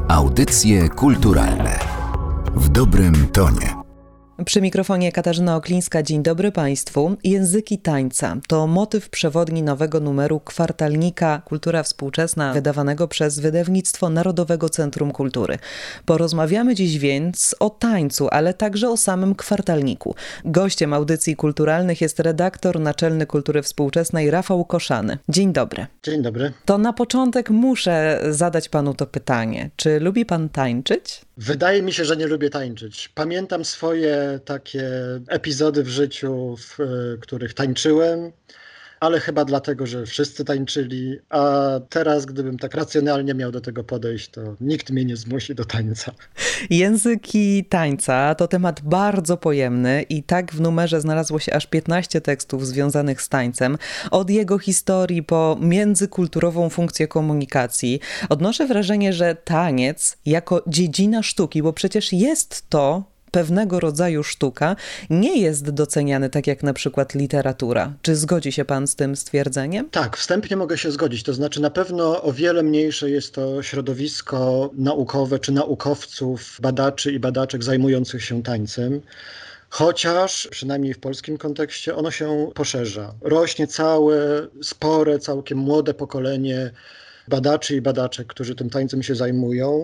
Audycje kulturalne w dobrym tonie. Przy mikrofonie Katarzyna Oklińska. Dzień dobry Państwu. Języki tańca to motyw przewodni nowego numeru kwartalnika Kultura Współczesna, wydawanego przez wydawnictwo Narodowego Centrum Kultury. Porozmawiamy dziś więc o tańcu, ale także o samym kwartalniku. Gościem audycji kulturalnych jest redaktor naczelny Kultury Współczesnej Rafał Koszany. Dzień dobry. Dzień dobry. To na początek muszę zadać Panu to pytanie. Czy lubi Pan tańczyć? Wydaje mi się, że nie lubię tańczyć. Pamiętam swoje takie epizody w życiu, w których tańczyłem, ale chyba dlatego, że wszyscy tańczyli, a teraz, gdybym tak racjonalnie miał do tego podejść, to nikt mnie nie zmusi do tańca. Języki tańca to temat bardzo pojemny i tak w numerze znalazło się aż 15 tekstów związanych z tańcem. Od jego historii po międzykulturową funkcję komunikacji. Odnoszę wrażenie, że taniec jako dziedzina sztuki, bo przecież jest to pewnego rodzaju sztuka, nie jest doceniany tak jak na przykład literatura. Czy zgodzi się Pan z tym stwierdzeniem? Tak, wstępnie mogę się zgodzić. To znaczy na pewno o wiele mniejsze jest to środowisko naukowe czy naukowców, badaczy i badaczek zajmujących się tańcem. Chociaż, przynajmniej w polskim kontekście, ono się poszerza. Rośnie całe, spore, całkiem młode pokolenie badaczy i badaczek, którzy tym tańcem się zajmują.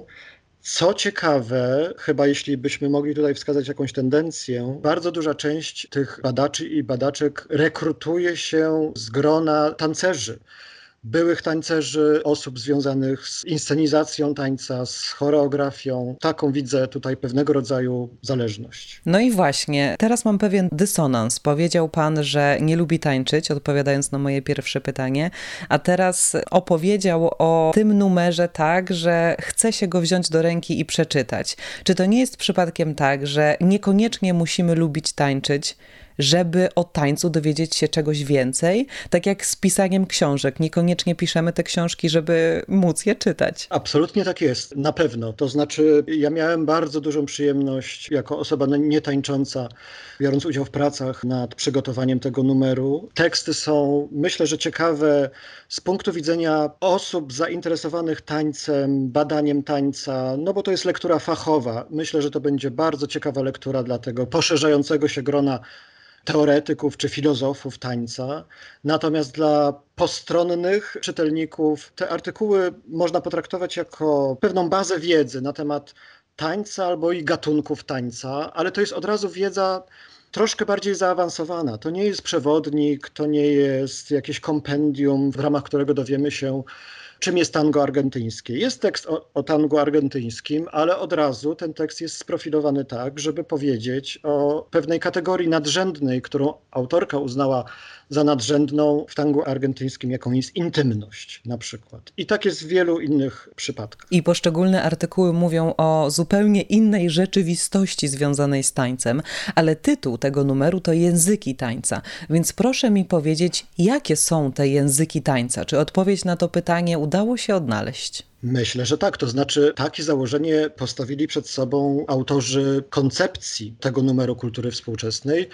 Co ciekawe, chyba jeśli byśmy mogli tutaj wskazać jakąś tendencję, bardzo duża część tych badaczy i badaczek rekrutuje się z grona tancerzy. Byłych tancerzy, osób związanych z inscenizacją tańca, z choreografią. Taką widzę tutaj pewnego rodzaju zależność. No i właśnie, teraz mam pewien dysonans. Powiedział Pan, że nie lubi tańczyć, odpowiadając na moje pierwsze pytanie, a teraz opowiedział o tym numerze tak, że chce się go wziąć do ręki i przeczytać. Czy to nie jest przypadkiem tak, że niekoniecznie musimy lubić tańczyć, żeby o tańcu dowiedzieć się czegoś więcej? Tak jak z pisaniem książek. Niekoniecznie piszemy te książki, żeby móc je czytać. Absolutnie tak jest, na pewno. To znaczy ja miałem bardzo dużą przyjemność jako osoba nietańcząca, biorąc udział w pracach nad przygotowaniem tego numeru. Teksty są, myślę, że ciekawe z punktu widzenia osób zainteresowanych tańcem, badaniem tańca, no bo to jest lektura fachowa. Myślę, że to będzie bardzo ciekawa lektura dla tego poszerzającego się grona teoretyków czy filozofów tańca. Natomiast dla postronnych czytelników te artykuły można potraktować jako pewną bazę wiedzy na temat tańca albo i gatunków tańca, ale to jest od razu wiedza troszkę bardziej zaawansowana. To nie jest przewodnik, to nie jest jakieś kompendium, w ramach którego dowiemy się, czym jest tango argentyńskie. Jest tekst o tango argentyńskim, ale od razu ten tekst jest sprofilowany tak, żeby powiedzieć o pewnej kategorii nadrzędnej, którą autorka uznała za nadrzędną w tangu argentyńskim, jaką jest intymność na przykład. I tak jest w wielu innych przypadkach. I poszczególne artykuły mówią o zupełnie innej rzeczywistości związanej z tańcem, ale tytuł tego numeru to Języki tańca. Więc proszę mi powiedzieć, jakie są te języki tańca? Czy odpowiedź na to pytanie udało się odnaleźć? Myślę, że tak. To znaczy takie założenie postawili przed sobą autorzy koncepcji tego numeru kultury współczesnej,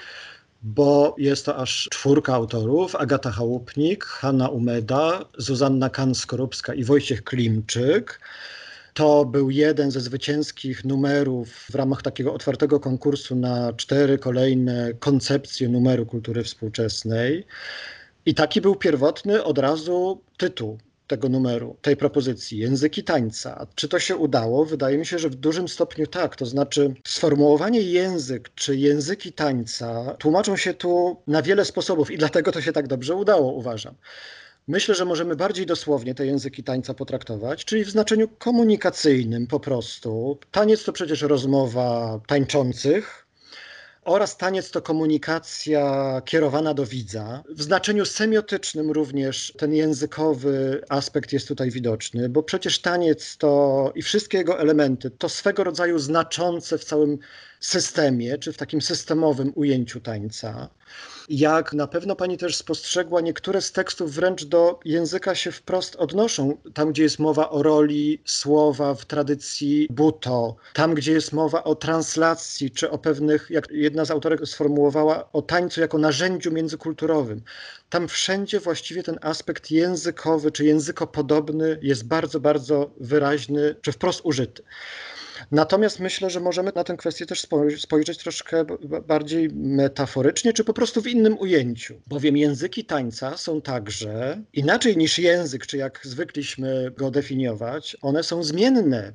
bo jest to aż 4 autorów: Agata Chałupnik, Hanna Umeda, Zuzanna Kan-Skorupska i Wojciech Klimczyk. To był jeden ze zwycięskich numerów w ramach takiego otwartego konkursu na 4 kolejne koncepcje numeru kultury współczesnej. I taki był pierwotny od razu tytuł tego numeru, tej propozycji, Języki tańca. Czy to się udało? Wydaje mi się, że w dużym stopniu tak. To znaczy sformułowanie język czy języki tańca tłumaczą się tu na wiele sposobów i dlatego to się tak dobrze udało, uważam. Myślę, że możemy bardziej dosłownie te języki tańca potraktować, czyli w znaczeniu komunikacyjnym po prostu. Taniec to przecież rozmowa tańczących, oraz taniec to komunikacja kierowana do widza. W znaczeniu semiotycznym również ten językowy aspekt jest tutaj widoczny, bo przecież taniec to i wszystkie jego elementy to swego rodzaju znaczące w całym systemie, czy w takim systemowym ujęciu tańca. Jak na pewno pani też spostrzegła, niektóre z tekstów wręcz do języka się wprost odnoszą. Tam, gdzie jest mowa o roli słowa w tradycji Buto, tam, gdzie jest mowa o translacji, czy o pewnych, jak jedna z autorek sformułowała, o tańcu jako narzędziu międzykulturowym. Tam wszędzie właściwie ten aspekt językowy, czy językopodobny jest bardzo, bardzo wyraźny, czy wprost użyty. Natomiast myślę, że możemy na tę kwestię też spojrzeć troszkę bardziej metaforycznie, czy po prostu w innym ujęciu. Bowiem języki tańca są także, inaczej niż język, czy jak zwykliśmy go definiować, one są zmienne,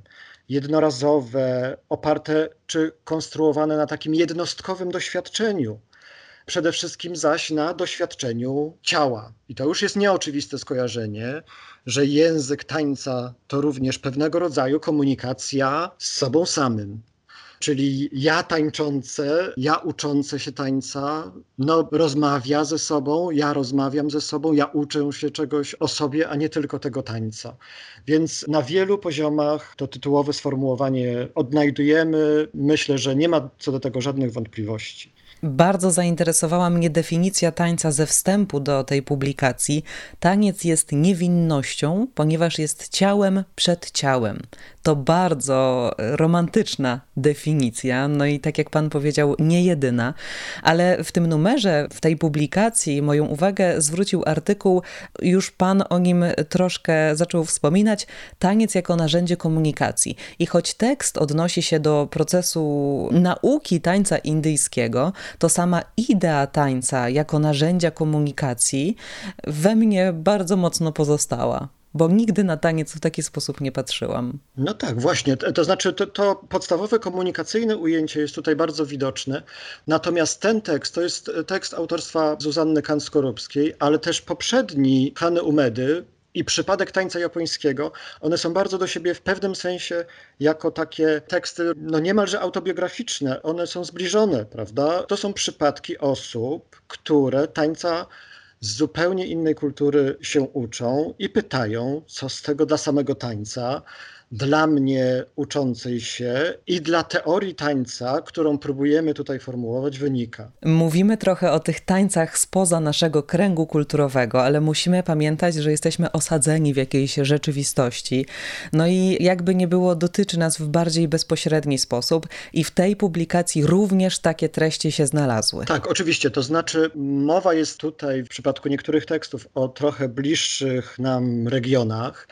jednorazowe, oparte czy konstruowane na takim jednostkowym doświadczeniu. Przede wszystkim zaś na doświadczeniu ciała. I to już jest nieoczywiste skojarzenie, że język tańca to również pewnego rodzaju komunikacja z sobą samym. Czyli ja tańczące, ja uczące się tańca, rozmawia ze sobą, ja rozmawiam ze sobą, ja uczę się czegoś o sobie, a nie tylko tego tańca. Więc na wielu poziomach to tytułowe sformułowanie odnajdujemy. Myślę, że nie ma co do tego żadnych wątpliwości. Bardzo zainteresowała mnie definicja tańca ze wstępu do tej publikacji. Taniec jest niewinnością, ponieważ jest ciałem przed ciałem. To bardzo romantyczna definicja, no i tak jak pan powiedział, nie jedyna, ale w tym numerze, w tej publikacji moją uwagę zwrócił artykuł, już pan o nim troszkę zaczął wspominać, taniec jako narzędzie komunikacji. I choć tekst odnosi się do procesu nauki tańca indyjskiego, to sama idea tańca jako narzędzia komunikacji we mnie bardzo mocno pozostała. Bo nigdy na taniec w taki sposób nie patrzyłam. No tak, właśnie. To znaczy to podstawowe komunikacyjne ujęcie jest tutaj bardzo widoczne. Natomiast ten tekst to jest tekst autorstwa Zuzanny Kan-Skorupskiej, ale też poprzedni Hany Umedy i Przypadek tańca japońskiego. One są bardzo do siebie w pewnym sensie jako takie teksty niemalże autobiograficzne. One są zbliżone, prawda? To są przypadki osób, które tańca z zupełnie innej kultury się uczą i pytają, co z tego dla samego tańca, dla mnie uczącej się i dla teorii tańca, którą próbujemy tutaj formułować, wynika. Mówimy trochę o tych tańcach spoza naszego kręgu kulturowego, ale musimy pamiętać, że jesteśmy osadzeni w jakiejś rzeczywistości. No i jakby nie było, dotyczy nas w bardziej bezpośredni sposób i w tej publikacji również takie treści się znalazły. Tak, oczywiście. To znaczy mowa jest tutaj w przypadku niektórych tekstów o trochę bliższych nam regionach,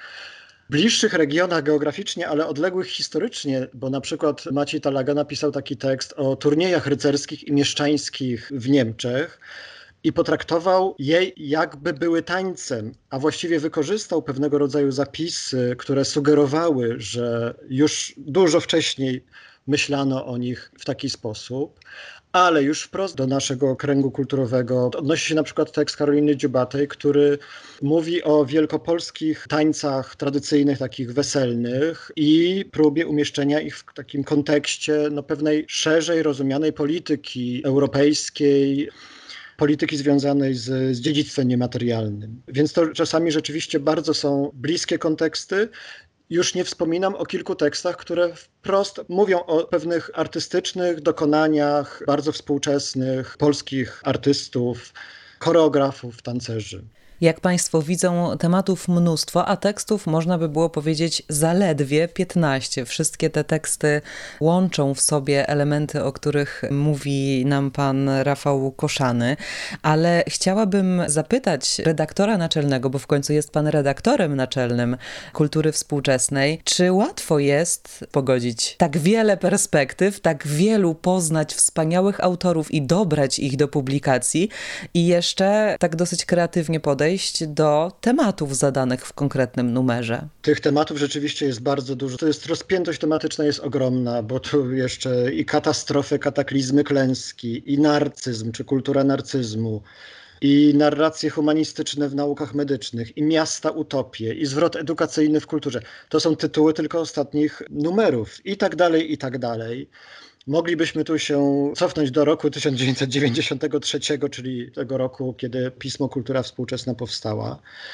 geograficznie, ale odległych historycznie, bo na przykład Maciej Talaga napisał taki tekst o turniejach rycerskich i mieszczańskich w Niemczech i potraktował je jakby były tańcem, a właściwie wykorzystał pewnego rodzaju zapisy, które sugerowały, że już dużo wcześniej myślano o nich w taki sposób. Ale już wprost do naszego kręgu kulturowego odnosi się na przykład tekst Karoliny Dziubatej, który mówi o wielkopolskich tańcach tradycyjnych, takich weselnych i próbie umieszczenia ich w takim kontekście pewnej szerzej rozumianej polityki europejskiej, polityki związanej z dziedzictwem niematerialnym. Więc to czasami rzeczywiście bardzo są bliskie konteksty. Już nie wspominam o kilku tekstach, które wprost mówią o pewnych artystycznych dokonaniach bardzo współczesnych polskich artystów, choreografów, tancerzy. Jak państwo widzą, tematów mnóstwo, a tekstów można by było powiedzieć zaledwie 15. Wszystkie te teksty łączą w sobie elementy, o których mówi nam pan Rafał Koszany, ale chciałabym zapytać redaktora naczelnego, bo w końcu jest pan redaktorem naczelnym Kultury Współczesnej, czy łatwo jest pogodzić tak wiele perspektyw, tak wielu poznać wspaniałych autorów i dobrać ich do publikacji i jeszcze tak dosyć kreatywnie podejść do tematów zadanych w konkretnym numerze. Tych tematów rzeczywiście jest bardzo dużo. Rozpiętość tematyczna jest ogromna, bo tu jeszcze i katastrofy, kataklizmy, klęski, i narcyzm, czy kultura narcyzmu, i narracje humanistyczne w naukach medycznych, i miasta utopie, i zwrot edukacyjny w kulturze. To są tytuły tylko ostatnich numerów i tak dalej, i tak dalej. Moglibyśmy tu się cofnąć do roku 1993, czyli tego roku, kiedy pismo Kultura Współczesna powstała.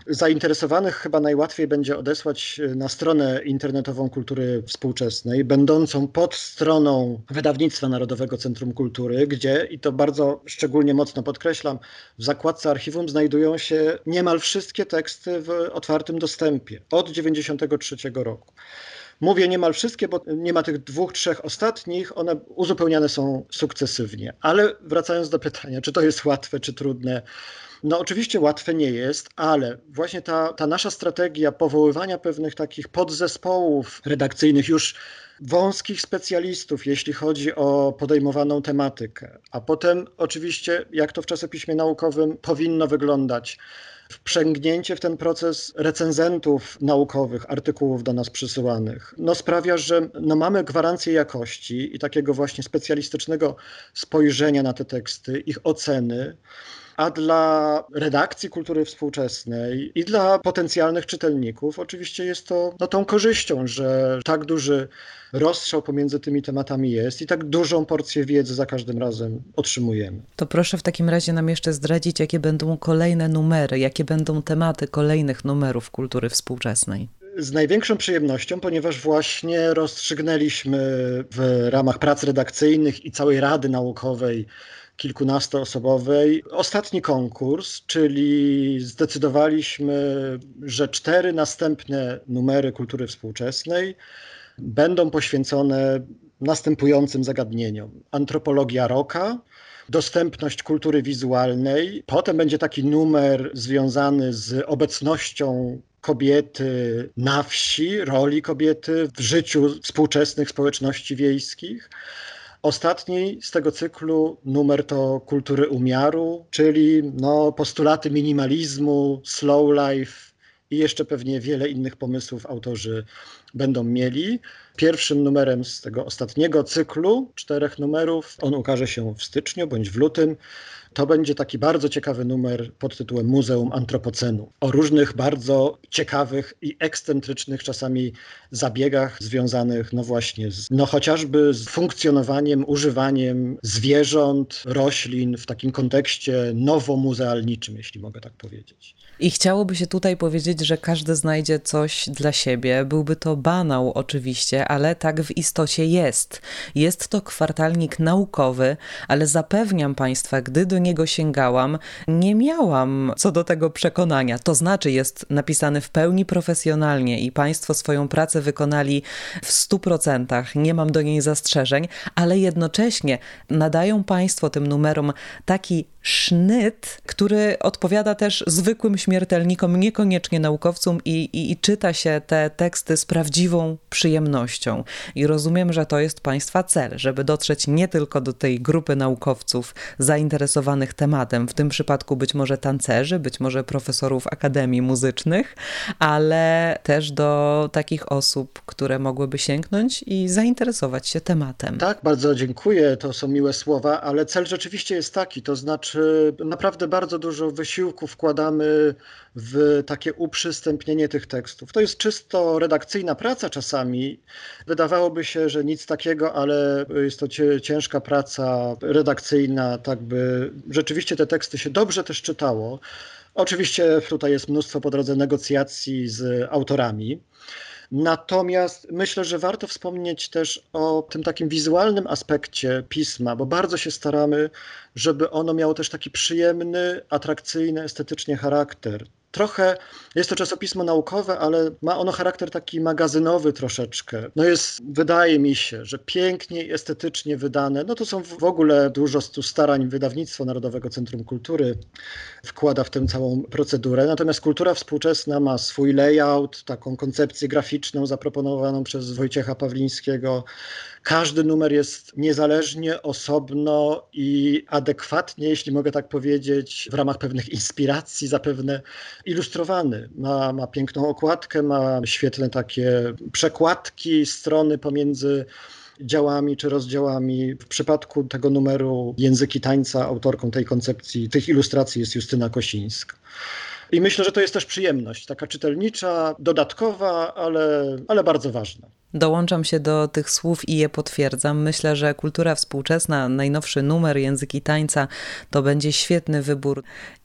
Zainteresowanych chyba najłatwiej będzie odesłać na stronę internetową Kultury Współczesnej, będącą pod stroną Wydawnictwa Narodowego Centrum Kultury, gdzie, i to bardzo szczególnie mocno podkreślam, w zakładce archiwum znajdują się niemal wszystkie teksty w otwartym dostępie od 1993 roku. Mówię niemal wszystkie, bo nie ma tych 2-3 ostatnich, one uzupełniane są sukcesywnie. Ale wracając do pytania, czy to jest łatwe, czy trudne? No oczywiście łatwe nie jest, ale właśnie ta nasza strategia powoływania pewnych takich podzespołów redakcyjnych, już wąskich specjalistów, jeśli chodzi o podejmowaną tematykę, a potem oczywiście, jak to w czasopiśmie naukowym powinno wyglądać, wprzęgnięcie w ten proces recenzentów naukowych, artykułów do nas przysyłanych, sprawia, że mamy gwarancję jakości i takiego właśnie specjalistycznego spojrzenia na te teksty, ich oceny, a dla redakcji Kultury Współczesnej i dla potencjalnych czytelników oczywiście jest to tą korzyścią, że tak duży rozstrzał pomiędzy tymi tematami jest i tak dużą porcję wiedzy za każdym razem otrzymujemy. To proszę w takim razie nam jeszcze zdradzić, jakie będą kolejne numery, jakie będą tematy kolejnych numerów Kultury Współczesnej. Z największą przyjemnością, ponieważ właśnie rozstrzygnęliśmy w ramach prac redakcyjnych i całej Rady Naukowej kilkunastoosobowej ostatni konkurs, czyli zdecydowaliśmy, że 4 następne numery Kultury Współczesnej będą poświęcone następującym zagadnieniom. Antropologia rocka, dostępność kultury wizualnej, potem będzie taki numer związany z obecnością kobiety na wsi, roli kobiety w życiu współczesnych społeczności wiejskich. Ostatni z tego cyklu numer to kultury umiaru, czyli postulaty minimalizmu, slow life i jeszcze pewnie wiele innych pomysłów autorzy będą mieli. Pierwszym numerem z tego ostatniego cyklu 4 numerów, on ukaże się w styczniu bądź w lutym, to będzie taki bardzo ciekawy numer pod tytułem Muzeum Antropocenu. O różnych bardzo ciekawych i ekscentrycznych czasami zabiegach związanych właśnie chociażby z funkcjonowaniem, używaniem zwierząt, roślin w takim kontekście nowomuzealniczym, jeśli mogę tak powiedzieć. I chciałoby się tutaj powiedzieć, że każdy znajdzie coś dla siebie. Byłby to banał oczywiście, ale tak w istocie jest. Jest to kwartalnik naukowy, ale zapewniam Państwa, gdy do niego sięgałam, nie miałam co do tego przekonania. To znaczy jest napisany w pełni profesjonalnie i Państwo swoją pracę wykonali w 100%. Nie mam do niej zastrzeżeń, ale jednocześnie nadają Państwo tym numerom taki sznyt, który odpowiada też zwykłym śmiertelnikom, niekoniecznie naukowcom i czyta się te teksty z prawdziwą przyjemnością. I rozumiem, że to jest Państwa cel, żeby dotrzeć nie tylko do tej grupy naukowców zainteresowanych tematem, w tym przypadku być może tancerzy, być może profesorów akademii muzycznych, ale też do takich osób, które mogłyby sięgnąć i zainteresować się tematem. Tak, bardzo dziękuję, to są miłe słowa, ale cel rzeczywiście jest taki, to znaczy naprawdę bardzo dużo wysiłku wkładamy w takie uprzystępnienie tych tekstów. To jest czysto redakcyjna praca czasami. Wydawałoby się, że nic takiego, ale jest to ciężka praca redakcyjna, tak by rzeczywiście te teksty się dobrze też czytało. Oczywiście tutaj jest mnóstwo po drodze negocjacji z autorami. Natomiast myślę, że warto wspomnieć też o tym takim wizualnym aspekcie pisma, bo bardzo się staramy, żeby ono miało też taki przyjemny, atrakcyjny estetycznie charakter. Trochę jest to czasopismo naukowe, ale ma ono charakter taki magazynowy troszeczkę. Wydaje mi się, że pięknie i estetycznie wydane. To są w ogóle dużo starań Wydawnictwa Narodowego Centrum Kultury wkłada w tę całą procedurę. Natomiast Kultura Współczesna ma swój layout, taką koncepcję graficzną zaproponowaną przez Wojciecha Pawlińskiego. Każdy numer jest niezależnie, osobno i adekwatnie, jeśli mogę tak powiedzieć, w ramach pewnych inspiracji zapewne ilustrowany. Ma piękną okładkę, ma świetne takie przekładki, strony pomiędzy działami czy rozdziałami. W przypadku tego numeru Języki tańca autorką tej koncepcji, tych ilustracji jest Justyna Kosińska. I myślę, że to jest też przyjemność, taka czytelnicza, dodatkowa, ale bardzo ważna. Dołączam się do tych słów i je potwierdzam. Myślę, że Kultura Współczesna, najnowszy numer Języki tańca to będzie świetny wybór.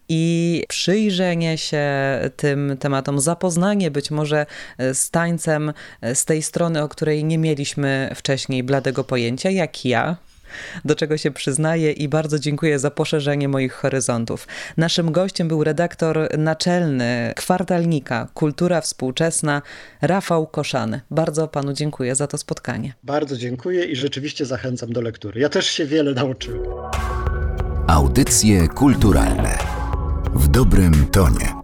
i przyjrzenie się tym tematom, zapoznanie być może z tańcem z tej strony, o której nie mieliśmy wcześniej bladego pojęcia, jak ja, do czego się przyznaję i bardzo dziękuję za poszerzenie moich horyzontów. Naszym gościem był redaktor naczelny kwartalnika Kultura Współczesna Rafał Koszany. Bardzo panu dziękuję za to spotkanie. Bardzo dziękuję i rzeczywiście zachęcam do lektury. Ja też się wiele nauczyłem. Audycje kulturalne w dobrym tonie.